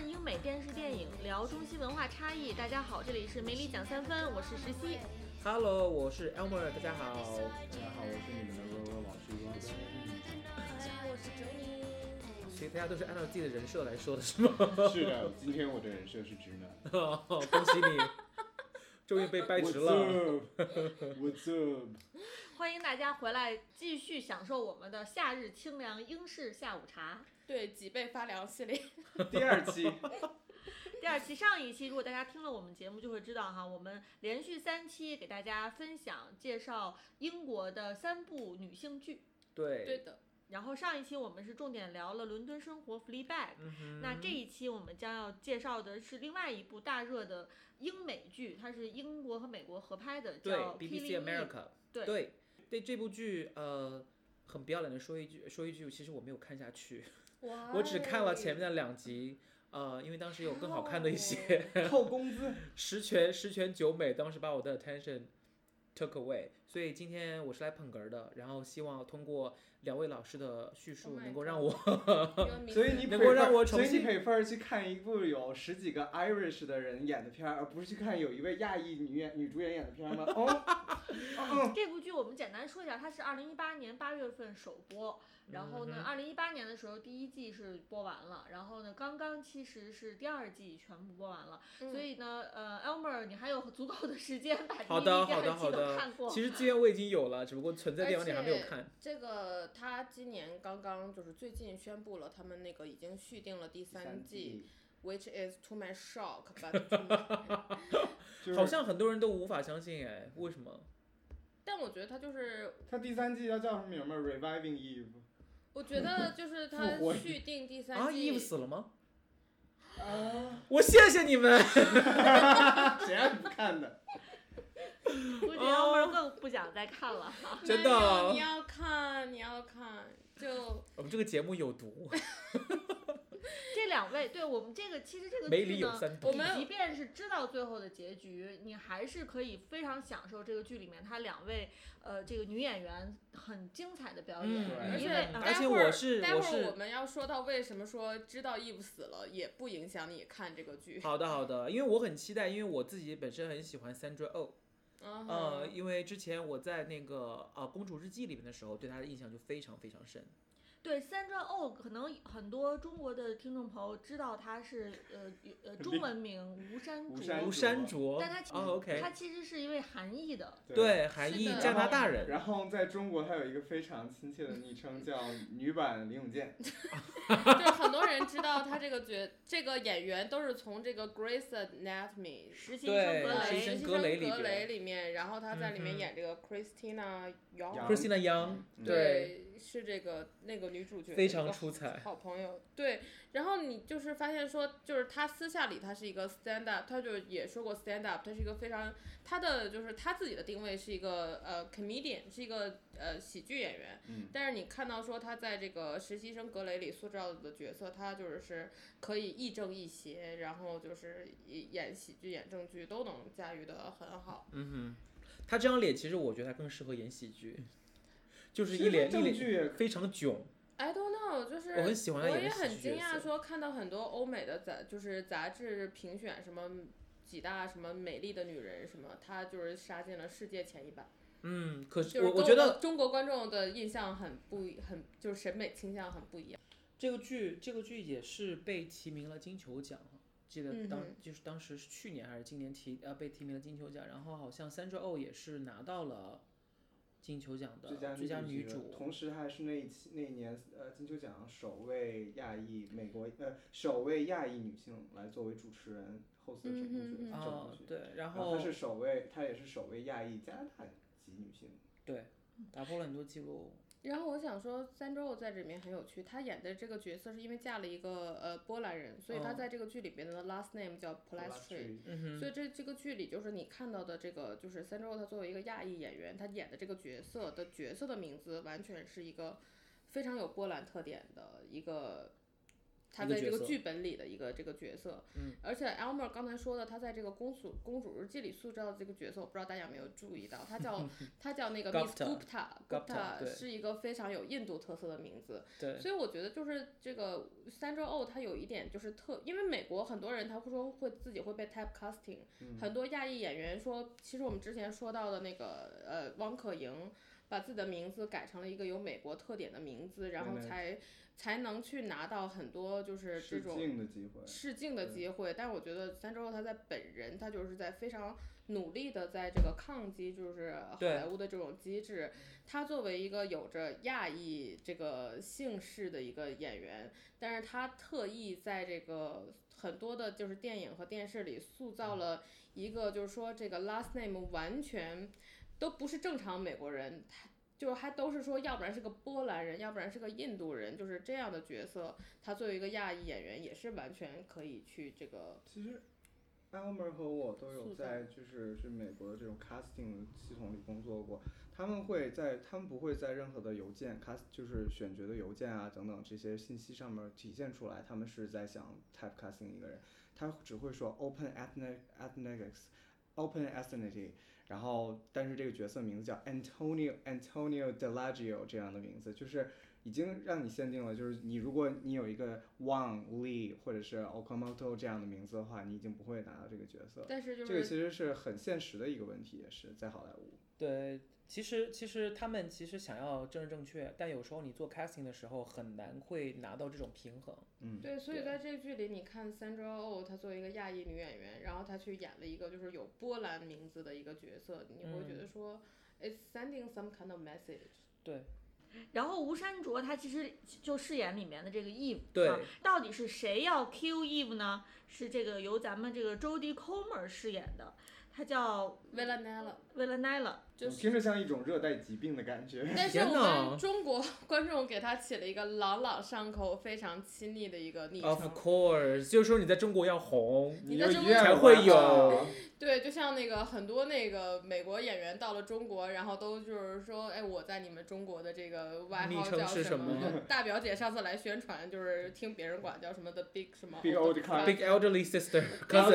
看英美电视电影，聊中西文化差异。大家好，这里是梅里讲三分，我是石溪。 Hello， 我是 Elmer， 大家好。 大家好，我是你们的老师嗨，我是周妮。 所以大家都是按照自己的人设来说的是吗？ 是的，今天我的人设是直男。 恭喜你，终于被掰直了。 What's up？ 欢迎大家回来继续享受我们的夏日清凉英式下午茶。 对，脊背发凉系列。 第二期。 第二期，上一期如果大家听了我们节目就会知道哈，我们连续3期给大家分享介绍英国的3部女性剧。 对的。 然后上一期我们是重点聊了伦敦生活 Fleabag，那这一期我们将要介绍的是另外一部大热的英美剧，它是英国和美国合拍的，叫 BBC America。对，这部剧很不要脸的说一句，其实我没有看下去，我只看了前面的2集。因为当时有更好看的一些扣工资， 十全九美，当时把我的 attention took away， 所以今天我是来捧哏的，然后希望通过2位老师的叙述能够让我所以你能够让我重新， 所以你prefer去看一部有10几个 Irish 的人演的片，而不是去看有一位亚裔女主演演的片吗？ 这部剧我们简单说一下，它是2018年8月份首播，然后呢，2018年的时候第1季是播完了，然后呢，刚刚其实是第2季全部播完了，所以呢，Elmer 你还有足够的时间把第1季、第2季都看过。 其实资源我已经有了，只不过存在地方你还没有看。 这个他今年刚刚就是最近宣布了，他们那个已经续订了第3季。Which is to my shock, but to my 好像很多人都无法相信哎，为什么？ 但我觉得他就是他第3季要叫什么名吗 ？Reviving Eve。 我觉得就是他续订第3季。 Eve 死了吗？我谢谢你们。 谁让你不看的？ 估计 Elmer 更不想再看了。 真的。 你要看，就我们这个节目有毒。 这2位，对我们这个其实这个剧呢，我们即便是知道最后的结局，你还是可以非常享受这个剧里面他2位这个女演员很精彩的表演。 而且待会儿我们要说到为什么说知道 Eve 死了也不影响你看这个剧。 好的，因为我很期待，因为我自己本身很喜欢 Sandra Oh。因为之前我在那个公主日记里面的时候，对她的印象就非常非常深。 对Sandra Oh，可能很多中国的听众朋友知道她是中文名吴珊卓，但她其实是一位韩裔的， 对，韩裔加拿大人。 然后在中国她有一个非常亲切的昵称叫女版林永健。 就是很多人知道她这个演员都是从这个 Grey's Anatomy 实习生格雷里面，然后她在里面演这个 Christina Young， 对，是这个那个女主角非常出彩， 好朋友。对，然后你就是发现说，就是他私下里他是一个 stand up， 他就也说过 stand up， 他是一个非常他的就是他自己的定位是一个comedian， 是一个喜剧演员。但是你看到说他在这个实习生格雷里塑造的角色，他就是可以亦正亦邪，然后就是演喜剧演正剧都能驾驭得很好。 他这张脸其实我觉得他更适合演喜剧。就是一脸非常囧。 I don't know， 就是我很喜欢他演的喜剧角色。 我也很惊讶，说看到很多欧美的就是杂志评选什么几大什么美丽的女人什么，她就是杀进了世界前100。 可是就是我觉得中国观众的印象很就是审美倾向很不一样。 这个剧也是被提名了金球奖，记得就是当时是去年还是今年被提名了金球奖，然后好像Sandra Oh也是拿到了金球奖的最佳女主， 同时还是那一年金球奖首位亚裔首位亚裔女性来作为主持人 host 整部剧。 对，然后她也是首位亚裔加拿大籍女性。 对，打破了很多记录。 然后我想说Sandra Oh在这里面很有趣，她演的这个角色是因为嫁了一个波兰人，所以她在这个剧里边的 last name 叫 Polastri。所以这个剧里就是你看到的这个就是 Sandra Oh 她作为一个亚裔演员，她演的这个角色的名字完全是一个非常有波兰特点的一个他在这个剧本里的一个这个角色，而且 Elmer 刚才说的，他在这个公主日记里塑造的这个角色，我不知道大家有没有注意到，他叫那个 Miss Gupta 是一个非常有印度特色的名字， 对， 所以我觉得就是这个 Sandra Oh 他有一点就是因为美国很多人他会说自己会被 typecasting，很多亚裔演员说，其实我们之前说到的那个汪可盈把自己的名字改成了一个有美国特点的名字，然后才能去拿到很多就是这种试镜的机会，但是我觉得Sandra Oh他在本人他就是在非常努力的在这个抗击就是好莱坞的这种机制，他作为一个有着亚裔这个姓氏的一个演员，但是他特意在这个很多的就是电影和电视里塑造了一个就是说这个 last name 完全都不是正常美国人，就是还都是说要不然是个波兰人，要不然是个印度人，就是这样的角色，他作为一个亚裔演员也是完全可以去这个。 其实 Elmer 和我都有在就是美国的这种 casting 系统里工作过，他们不会在任何的邮件就是选角的邮件啊等等这些信息上面体现出来他们是在想 typecasting 一个人，他只会说 open ethnicity， 然后但是这个角色名字叫 Antonio Delagio 这样的名字，就是已经让你限定了，就是如果你有一个 Wang Li 或者是 Okamoto 这样的名字的话，你已经不会拿到这个角色。 但是这个其实是很现实的一个问题，也是在好莱坞。 对，其实他们其实想要政治正确，但有时候你做 casting 的时候很难会拿到这种平衡。 对，所以在这个剧里，你看 Sandra Oh 她作为一个亚裔女演员，然后她去演了一个就是有波兰名字的一个角色，你会觉得说，it's sending some kind of message。 对。 然后吴珊卓她其实就饰演里面的这个 Eve， 对， 到底是谁要 kill Eve 呢？是这个由咱们这个 Jodie Comer 饰演的，她叫 Villanella， 就是听着像一种热带疾病的感觉。 但是我们中国观众给她起了一个朗朗上口、非常亲昵的一个昵称。 Of course， 就是说你在中国要红， 你在中国才会有。 对，就像那个很多那个美国演员到了中国，然后都就是说，哎，我在你们中国的这个外号叫什么？大表姐上次来宣传，就是听别人管叫什么的 Big 什么 Big Elderly Sister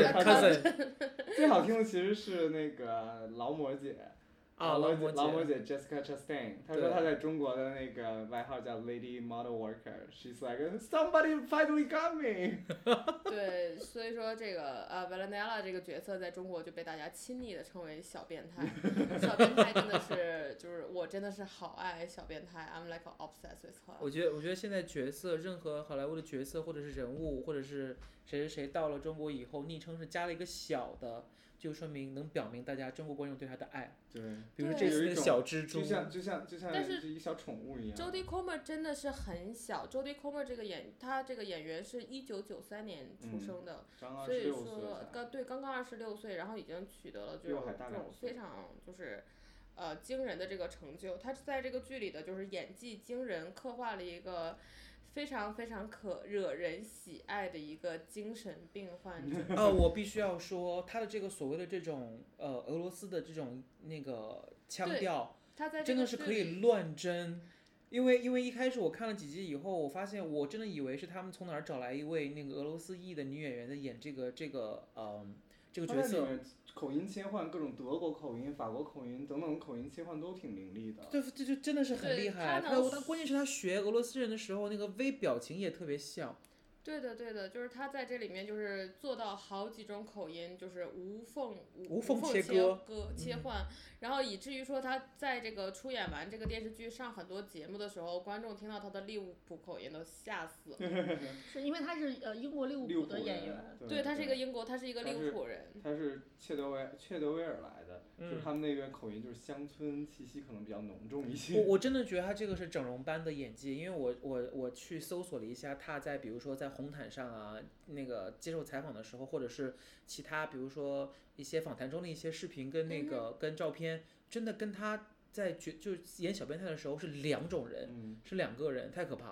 Cousin。 最好听的其实是那个劳模姐。劳模姐 Jessica Chastain， 她说她在中国的那个外号叫 Lady Model Worker，She's like somebody finally got me 。 对，所以说这个Villanella 这个角色在中国就被大家亲昵的称为小变态。小变态真的是，就是我真的是好爱小变态 ，I'm like obsessed with her。 我觉得现在角色，任何好莱坞的角色或者是人物，或者是谁到了中国以后，昵称是加了一个小的。就说明能表明大家中国观众对他的爱。 对， 比如这次的小蜘蛛， 就像一个小宠物一样。 Jodie Comer 真的是很小 ，Jodie Comer 他这个演员是1993年出生的，所以说刚刚26岁，然后已经取得了这种非常就是惊人的这个成就。他在这个剧里的就是演技惊人，刻画了一个非常非常可惹人喜爱的一个精神病患者。 我必须要说，他的这个所谓的这种俄罗斯的这种那个腔调，真的是可以乱真。因为一开始我看了几集以后，我发现我真的以为是他们从哪儿找来一位那个俄罗斯裔的女演员在演这个角色。 口音切换，各种德国口音、法国口音等等口音切换都挺伶俐的。 对，这就真的是很厉害。他关键是他学俄罗斯人的时候，那个微表情也特别像。 对的，就是他在这里面就是做到好几种口音，就是无缝切换，然后以至于说他在这个出演完这个电视剧上很多节目的时候，观众听到他的利物浦口音都吓死了。 是因为他是英国利物浦的演员， 对，他是一个英国，他是一个利物浦人， 他是切德威尔来的，就是他们那边口音就是乡村气息可能比较浓重一些。 我真的觉得他这个是整容般的演技，因为我去搜索了一下他在比如说在红毯上啊，那个接受采访的时候，或者是其他比如说一些访谈中的一些视频跟那个跟照片，真的跟他在就演小变态的时候是两种人，是两个人，太可怕了。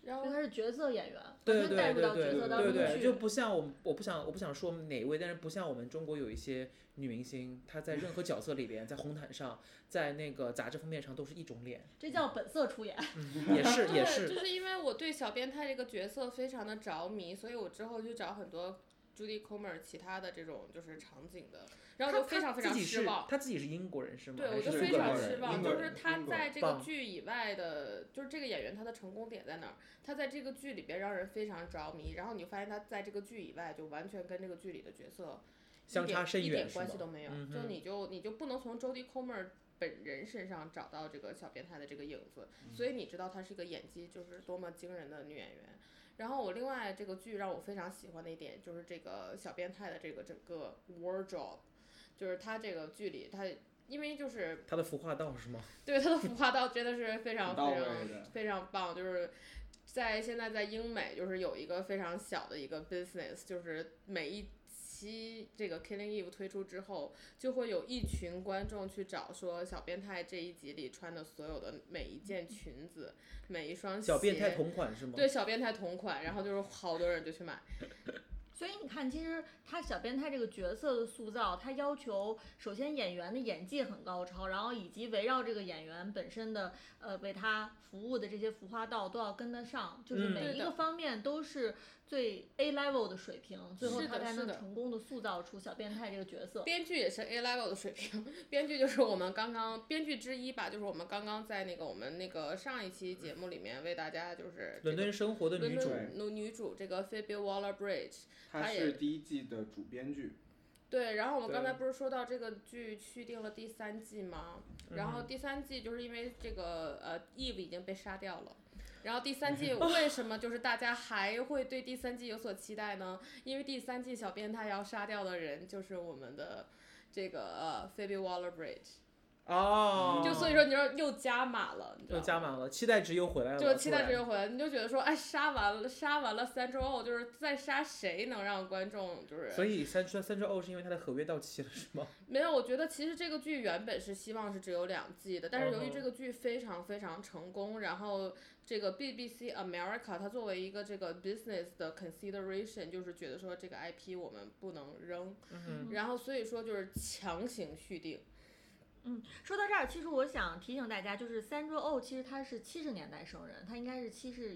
然后因为他是角色演员， 对完全带入到角色当中去。 就不像我不想说哪一位，但是不像我们中国有一些女明星，她在任何角色里边，在红毯上，在那个杂志封面上都是一种脸。 这叫本色出演。 也是。 就是因为我对小变态这个角色非常的着迷，所以我之后去找很多 Judy Comer 其他的这种就是场景的，然后就非常非常失望。 他自己是英国人是吗？ 对，我就非常失望，就是他在这个剧以外的，就是这个演员他的成功点在哪儿？他在这个剧里边让人非常着迷，然后你发现他在这个剧以外就完全跟这个剧里的角色相差甚远， 一点关系都没有。你就不能从 Jodie Comer 本人身上找到这个小变态的这个影子，所以你知道她是一个演技就是多么惊人的女演员。然后我另外这个剧让我非常喜欢的一点就是这个小变态的这个整个 wardrobe， 就是他这个剧里他因为就是他的服化道是吗？ 对，他的服化道真的是非常非常棒，就是现在在英美就是有一个非常小的一个 business， 就是每一期这个 Killing Eve 推出之后，就会有一群观众去找说小变态这一集里穿的所有的每一件裙子，每一双鞋， 小变态同款是吗？ 对，小变态同款，然后就是好多人就去买。 所以你看，其实他小变态这个角色的塑造，他要求首先演员的演技很高超，然后以及围绕这个演员本身的为他服务的这些服化道都要跟得上，就是每一个方面都是最 A level 的水平，最后他才能成功的塑造出小变态这个角色。 编剧也是 A level 的水平，编剧就是我们刚刚编剧之一吧，就是我们刚刚在我们那个上一期节目里面为大家就是伦敦生活的女主这个 Phoebe Waller-Bridge。 他是第一季的主编剧。 对，然后我们刚才不是说到这个剧续订了第3季吗？然后第3季就是因为这个Eve 已经被杀掉了。然后第3季为什么就是大家还会对第3季有所期待呢？因为第3季小变态要杀掉的人就是我们的这个Phoebe Waller-Bridge。就所以说你说又加码了， 又加码了，期待值又回来了， 就期待值又回来，你就觉得说，哎，杀完了Sandra Oh，就是再杀谁能让观众就是？ 所以Sandra Oh是因为他的合约到期了是吗？ 没有，我觉得其实这个剧原本是希望是只有2季的，但是由于这个剧非常非常成功，然后这个 BBC America 它作为一个这个 business 的 consideration， 就是觉得说这个 IP 我们不能扔，然后所以说就是强行续订。 说到这儿，其实我想提醒大家，就是Sandra Oh其实她是70年代生人，她应该是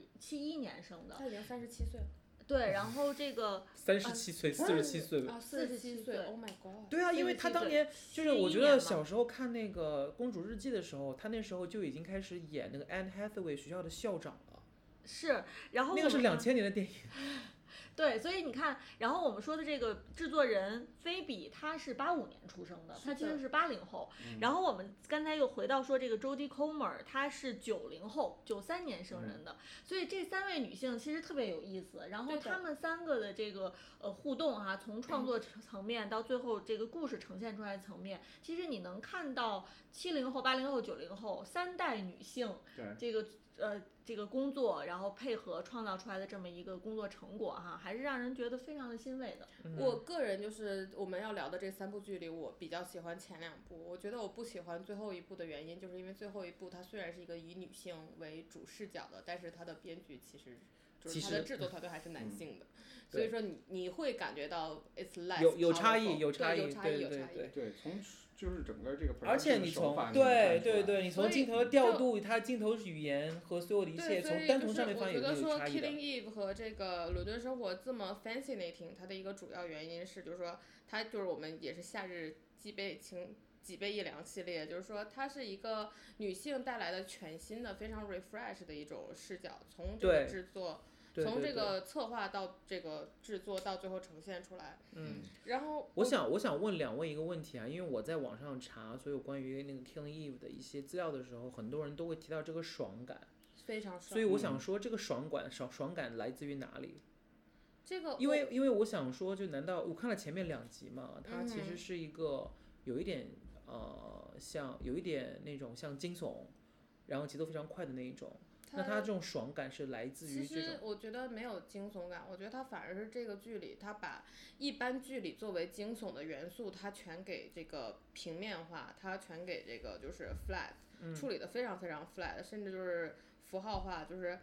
71年生的， 她已经37岁了。 对，然后这个 37岁、47岁吧。47岁 ，Oh my god！ 对啊，因为她当年就是我觉得小时候看那个《公主日记》的时候，她那时候就已经开始演那个 Anne Hathaway 学校的校长了。 是，然后那个是2000年的电影。 对，所以你看，然后我们说的这个制作人菲比，他是85年出生的，他其实是80后。然后我们刚才又回到说这个 Jodie Comer， 她是90后，93年生人的。所以这3位女性其实特别有意思。然后她们3个的这个互动哈，从创作层面到最后这个故事呈现出来的层面，其实你能看到70后、80后、90后3代女性这个工作，然后配合创造出来的这么一个工作成果哈，还是让人觉得非常的欣慰的。 我个人就是我们要聊的这3部剧里，我比较喜欢前2部。我觉得我不喜欢最后一部的原因，就是因为最后一部它虽然是一个以女性为主视角的，但是它的编剧其实就是它的制作团队还是男性的，所以说你会感觉到 it's less 有差异， 对，从就是整个这个， 而且你从对，你从镜头的调度，它镜头语言和所有的一切，从单从上面发现有差异的。 我觉得说 Killing Eve 和这个伦敦生活这么 fascinating， 它的一个主要原因是，就是说它就是我们也是夏日几倍一凉系列，就是说它是一个女性带来的全新的非常 refresh 的一种视角，从这个制作。从这个策划到这个制作到最后呈现出来，然后我想问2位一个问题啊，因为我在网上查所有关于那个 Killing Eve 的一些资料的时候，很多人都会提到这个爽感， 非常爽。 所以我想说，这个爽感来自于哪里？ 这个因为我想说，就难道我看了前面2集嘛，它其实是一个有一点像有一点那种像惊悚，然后节奏非常快的那一种。那它这种爽感是来自于这种？ 其实我觉得没有惊悚感，我觉得它反而是这个剧里，它把一般剧里作为惊悚的元素，它全给这个平面化，它全给这个就是 flat，处理的非常非常 flat，甚至就是符号化，就是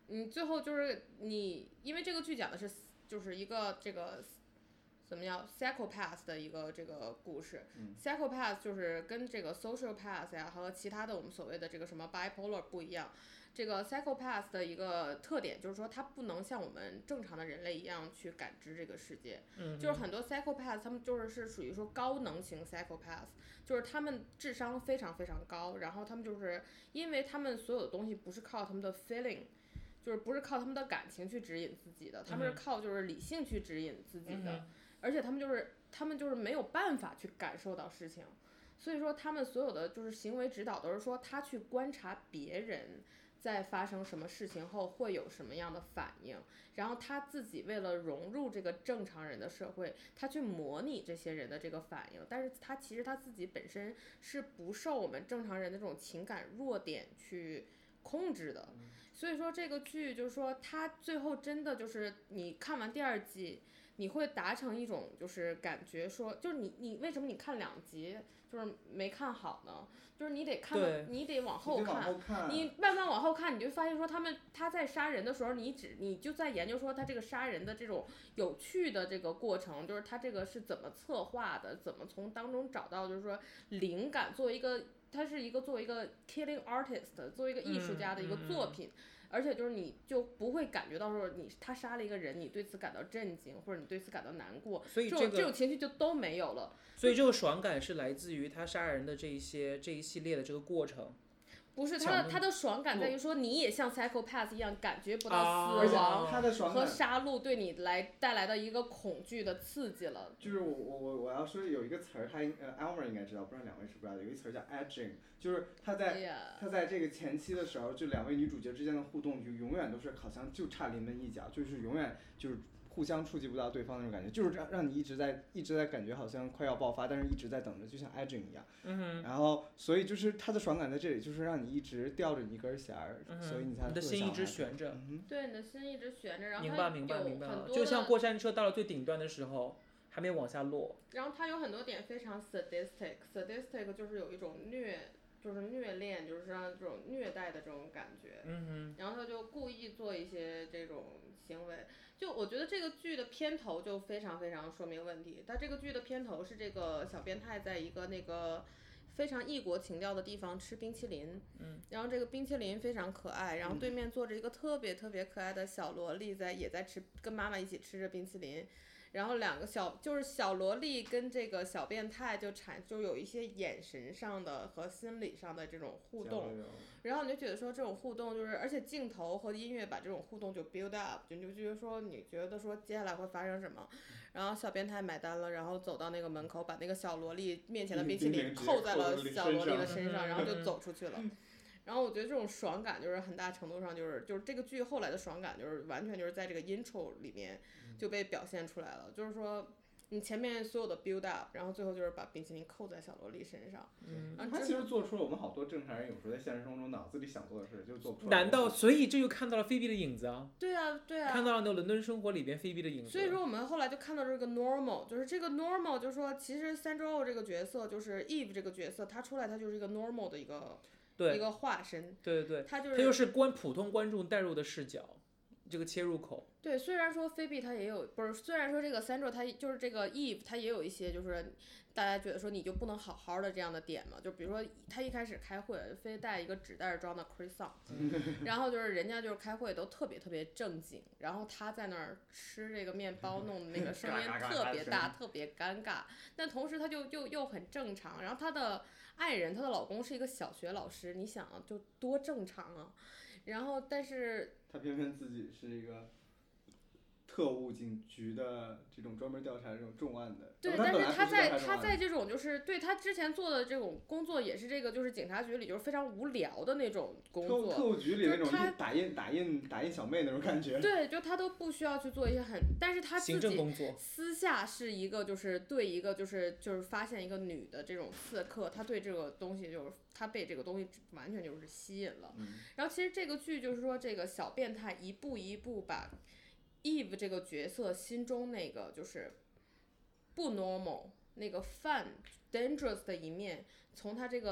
最后就是因为这个剧讲的是就是一个这个怎么样 psychopath 的一个这个故事。psychopath 就是跟这个 sociopath 呀和其他的我们所谓的这个什么 bipolar 不一样。这个 psychopath 的一个特点就是说，它不能像我们正常的人类一样去感知这个世界。就是很多 psychopath 他们是属于说高能型 psychopath， 就是他们智商非常非常高，然后他们就是因为他们所有的东西不是靠他们的 feeling， 就是不是靠他们的感情去指引自己的，他们是靠就是理性去指引自己的，而且他们就是没有办法去感受到事情，所以说他们所有的就是行为指导都是说他去观察别人在发生什么事情后会有什么样的反应，然后他自己为了融入这个正常人的社会，他去模拟这些人的这个反应，但是其实他自己本身是不受我们正常人的这种情感弱点去控制的。所以说这个剧就是说他最后真的就是你看完第2季你会达成一种就是感觉说，就是你为什么你看2集就是没看好呢？就是你得看，你得往后看，你慢慢往后看，你就发现说他在杀人的时候，你就在研究说他这个杀人的这种有趣的这个过程，就是他这个是怎么策划的，怎么从当中找到就是说灵感，他是作为一个 killing artist， 作为一个艺术家的一个作品。而且就是你就不会感觉到说他杀了一个人，你对此感到震惊，或者你对此感到难过， 所以这种情绪就都没有了。 所以这个爽感是来自于他杀人的这一系列的这个过程。 不是他的爽感在于说你也像 psychopath 一样感觉不到死亡和杀戮对你带来的一个恐惧的刺激了。 就是我要说有一个词儿，Elmer 应该知道，不知道2位知不知道，有一个词儿叫 edging， 就是他在这个前期的时候，就2位女主角之间的互动就永远都是好像就差临门一脚，就是永远就是互相触及不到对方那种感觉，就是让你一直在感觉好像快要爆发，但是一直在等着，就像 edging 一样。然后所以就是它的爽感在这里，就是让你一直吊着你一根弦儿，所以你才你的心一直悬着。 对，你的心一直悬着，然后明白了，就像过山车到了最顶端的时候还没往下落。 然后它有很多点非常 sadistic 就是有一种就是虐恋，就是让这种虐待的这种感觉。然后他就故意做一些这种行为。就我觉得这个剧的片头就非常非常说明问题。它这个剧的片头是这个小变态在一个那个非常异国情调的地方吃冰淇淋，然后这个冰淇淋非常可爱，然后对面坐着一个特别特别可爱的小萝莉也在吃，跟妈妈一起吃着冰淇淋。然后2个就是小萝莉跟这个小变态就有一些眼神上的和心理上的这种互动，然后你就觉得说这种互动就是，而且镜头和音乐把这种互动就 build up， 就觉得说你觉得说接下来会发生什么，然后小变态买单了，然后走到那个门口，把那个小萝莉面前的冰淇淋扣在了小萝莉的身上，然后就走出去了。然后我觉得这种爽感就是很大程度上就是这个剧后来的爽感就是完全就是在这个 intro 里面就被表现出来了，就是说你前面所有的 build up， 然后最后就是把冰淇淋扣在小萝莉身上。 他其实做出了我们好多正常人有时候在现实生活中脑子里想做的事就做不出来。 难道所以这就看到了菲比的影子啊？ 对啊， 看到了那个伦敦生活里边菲比的影子。 所以说我们后来就看到这个 normal， 就是这个 normal， 就是说其实 Sandra Oh 这个角色就是 Eve 这个角色，他出来他就是一个 normal 的一个化身。 对， 他就是普通观众带入的视角，这个切入口。 对，虽然说菲比他也有，不是，虽然说这个 Sandra 他就是这个 Eve 他也有一些就是大家觉得说你就不能好好的这样的点嘛，就比如说他一开始开会非带一个纸袋装的 croissant， 然后就是人家就是开会都特别特别正经，然后他在那儿吃这个面包弄的那个声音特别大特别尴尬，但同时他就又很正常，然后他的爱人她的老公是一个小学老师，你想就多正常啊，然后但是他偏偏自己是一个特务警局的这种专门调查这种重案的。 对，但是他在这种就是对他之前做的这种工作也是这个就是警察局里就是非常无聊的那种工作， 特务局里那种打印小妹那种感觉。 对，就他都不需要去做一些但是他自己私下是一个就是对一个就是发现一个女的这种刺客，他对这个东西就是他被这个东西完全就是吸引了。然后其实这个剧就是说这个小变态一步一步把Eve 这个角色心中那个就是不 normal 那个fun dangerous 的一面，从他这个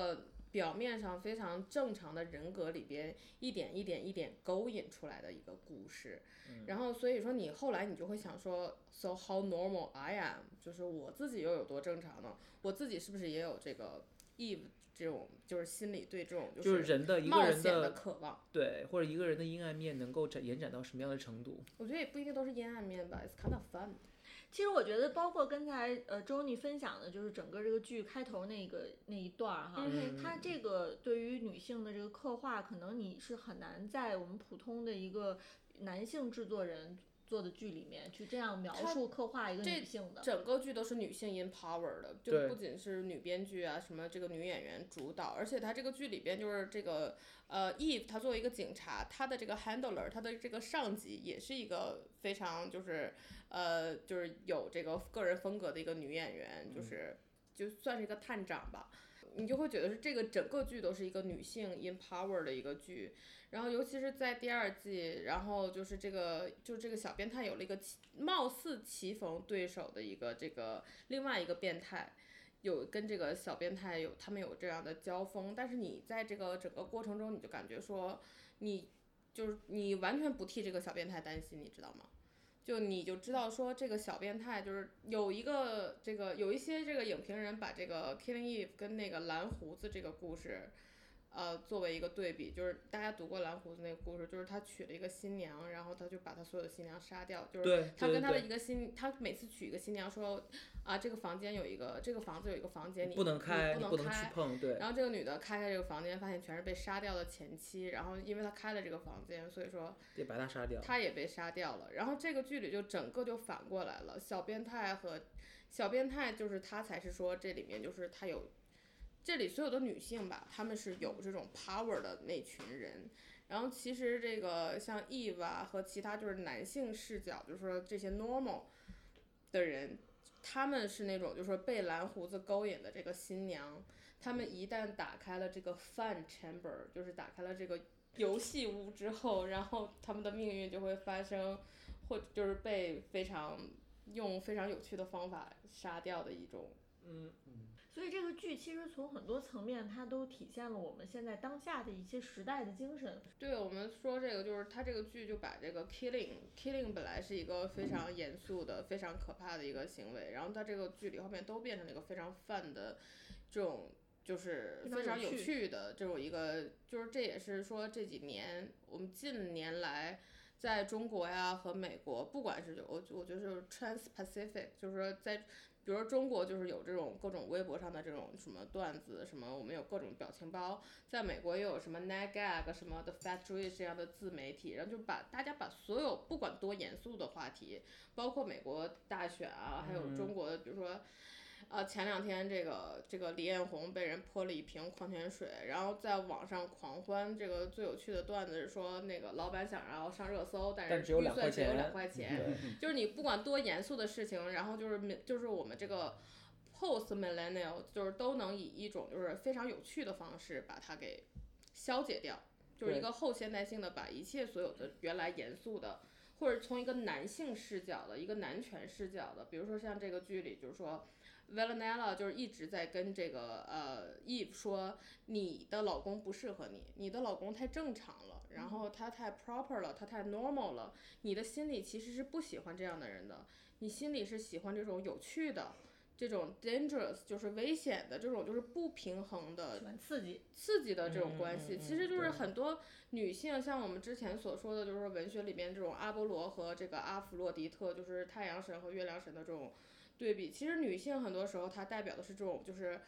表面上非常正常的人格里边一点一点勾引出来的一个故事。然后所以说你后来你就会想说 So how normal I am， 就是我自己又有多正常呢？我自己是不是也有这个 Eve 这种就是心里对这种就是人的一个冒人险的渴望， 对，或者一个人的阴暗面能够延展到什么样的程度？ 我觉得也不一定都是阴暗面吧 ，It's kind of fun。 其实我觉得，包括刚才周妮分享的，就是整个这个剧开头那一段哈，它这个对于女性的这个刻画，可能你是很难在我们普通的一个男性制作人做的剧里面去这样描述刻画一个女性的。 整个剧都是女性 empower 的，就不仅是女编剧啊，什么这个女演员主导，而且她这个剧里边就是这个Eve 她作为一个警察，她的这个 handler， 她的这个上级也是一个非常就是有这个个人风格的一个女演员，就算是一个探长吧。你就会觉得是这个整个剧都是一个女性 empower 的一个剧，然后尤其是在第2季，然后就是这个小变态有了一个貌似棋逢对手的一个这个另外一个变态，有跟这个小变态他们有这样的交锋，但是你在这个整个过程中你就感觉说你完全不替这个小变态担心，你知道吗？就你就知道说这个小变态就是有一些这个影评人把这个 Killing Eve 跟那个蓝胡子这个故事作为一个对比，就是大家读过蓝胡子那个故事，就是他娶了一个新娘，然后他就把他所有的新娘杀掉，就是他跟他的一个他每次娶一个新娘说这个房间有一个，这个房子有一个房间，你不能开， 你不能去碰，对。 然后这个女的开这个房间，发现全是被杀掉的前妻，然后因为她开了这个房间，所以说得把她杀掉， 她也被杀掉了。然后这个剧里就整个就反过来了，小变态就是她才是说这里面就是她有。这里所有的女性吧，她们是有这种 power 的那群人，然后其实这个像 Eve 啊和其他就是男性视角，就是说这些 normal 的人，他们是那种就是说被蓝胡子勾引的这个新娘，他们一旦打开了这个 fun chamber， 就是打开了这个游戏屋之后，然后他们的命运就会发生，或就是被用非常有趣的方法杀掉的一种。 所以这个剧其实从很多层面，它都体现了我们现在当下的一些时代的精神。 对，我们说这个就是它这个剧就把这个 killing 本来是一个非常严肃的、非常可怕的一个行为，然后它这个剧里后面都变成了一个非常fun的这种。就是非常有趣的这种一个，就是这也是说这几年我们近年来在中国呀和美国，不管是我觉得就是 Trans-Pacific， 就是说在。比如说中国就是有这种各种微博上的这种什么段子，什么我们有各种表情包，在美国也有什么 Nagag 什么的 Fat Jewish 这样的自媒体，然后就大家把所有不管多严肃的话题，包括美国大选啊，还有中国的，比如说。前2天这个李彦宏被人泼了一瓶矿泉水，然后在网上狂欢。这个最有趣的段子是说，那个老板想要上热搜，但是预算只有2块钱。就是你不管多严肃的事情，然后就是我们这个 post millennial 就是都能以一种就是非常有趣的方式把它给消解掉，就是一个后现代性的把一切所有的原来严肃的。或者从一个男性视角的一个男权视角的，比如说像这个剧里就是说。Villanella 就是一直在跟这个Eve 说，你的老公不适合你，你的老公太正常了，然后他太 proper 了，他太 normal 了，你的心里其实是不喜欢这样的人的，你心里是喜欢这种有趣的，这种 dangerous 就是危险的，这种就是不平衡的刺激的这种关系。其实就是很多女性像我们之前所说的，就是说文学里面这种阿波罗和这个阿弗洛狄特，就是太阳神和月亮神的这种对比，其实女性很多时候它代表的是这种就是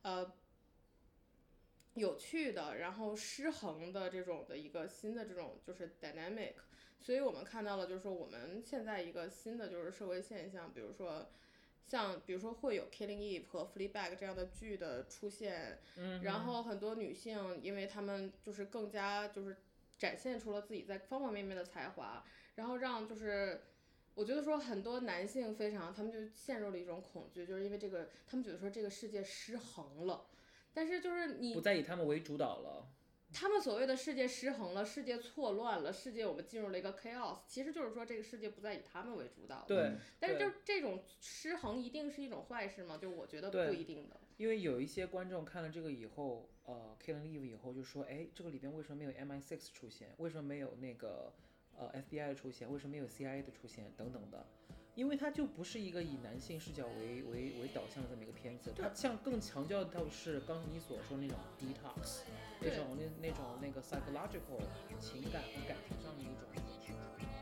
有趣的，然后失衡的这种的一个新的这种就是 dynamic。 所以我们看到了就是说我们现在一个新的就是社会现象，比如说会有 Killing Eve 和 Fleabag 这样的剧的出现，然后很多女性因为她们就是更加就是展现出了自己在方方面面的才华，然后让就是我觉得说很多男性他们就陷入了一种恐惧，就是因为这个他们觉得说这个世界失衡了，但是就是你不再以他们为主导了， 他们所谓的世界失衡了，世界错乱了，世界我们进入了一个 chaos， 其实就是说这个世界不再以他们为主导了。 对， 但是就是这种失衡一定是一种坏事吗？就我觉得不一定的。 因为有一些观众看了这个以后Killing Eve 以后就说，哎，这个里边为什么没有 MI6 出现？为什么没有那个FBI 的出现？为什么没有 CIA 的出现？等等的。因为它就不是一个以男性视角为导向的这么一个片子，它更强调的是刚才你所说的那种 detox， 那种那个 psychological 情感和感情上的一种